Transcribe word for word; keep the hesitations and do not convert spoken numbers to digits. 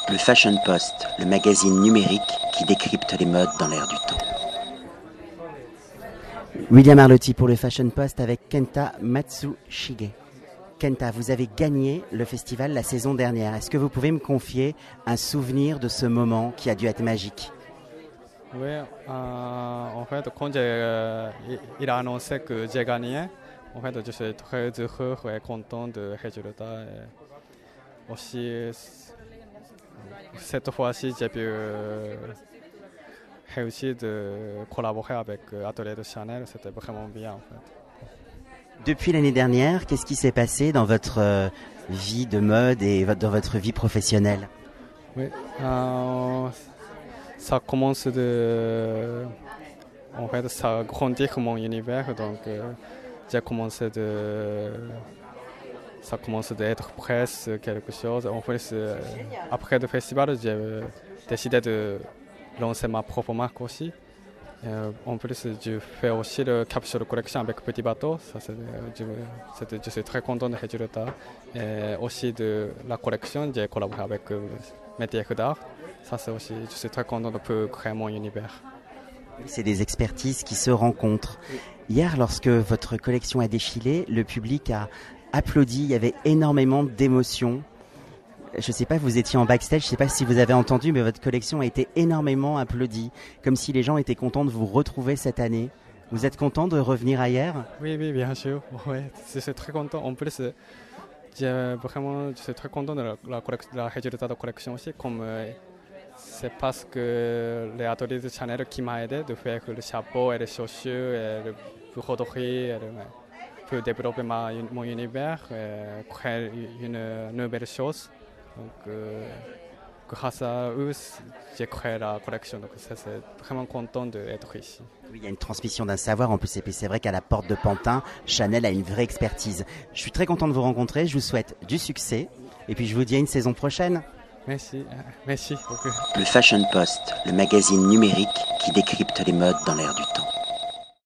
Le Fashion Post, le magazine numérique qui décrypte les modes dans l'air du temps. William Arlotti pour le Fashion Post avec Kenta Matsushige. Kenta, vous avez gagné le festival la saison dernière. Est-ce que vous pouvez me confier un souvenir de ce moment qui a dû être magique? Oui, euh, en fait, quand j'ai, euh, il a annoncé que j'ai gagné, en fait, je suis très heureux et content de résultat. Et aussi, cette fois-ci, j'ai pu euh, réussir de collaborer avec l'atelier de Chanel. C'était vraiment bien, en fait. Depuis l'année dernière, qu'est-ce qui s'est passé dans votre euh, vie de mode et dans votre vie professionnelle? Oui, euh, ça commence de... En fait, ça grandit mon univers, donc euh, j'ai commencé de... Ça commence d'être presque quelque chose. En fait, euh, après le festival, j'ai décidé de lancer ma propre marque aussi. Euh, en plus, je fais aussi le capsule collection avec Petit Bateau. Ça, c'est, je, c'est, je suis très content des résultats. Et aussi de la collection, j'ai collaboré avec euh, Métiers d'art. Ça, c'est aussi, je suis très content de pouvoir créer mon univers. C'est des expertises qui se rencontrent. Hier, lorsque votre collection a défilé, le public a applaudi. Il y avait énormément d'émotions. Je ne sais pas, vous étiez en backstage, je ne sais pas si vous avez entendu, mais votre collection a été énormément applaudie, comme si les gens étaient contents de vous retrouver cette année. Vous êtes content de revenir ailleurs? Oui, oui, bien sûr. Oui, je suis très content. En plus, j'ai vraiment, je suis très content de la, la, de la résultat de la collection aussi, comme euh, c'est parce que les ateliers de Chanel qui m'ont aidé de faire le chapeau et les chaussures et le broderie, et le, pour développer ma, mon univers, et créer une nouvelle chose. Donc, euh, grâce à eux, j'ai créé la collection. Donc, ça, c'est vraiment content d'être ici. Oui, il y a une transmission d'un savoir en plus. Et puis, c'est vrai qu'à la porte de Pantin, Chanel a une vraie expertise. Je suis très content de vous rencontrer. Je vous souhaite du succès. Et puis, je vous dis à une saison prochaine. Merci. Merci. Le Fashion Post, le magazine numérique qui décrypte les modes dans l'air du temps.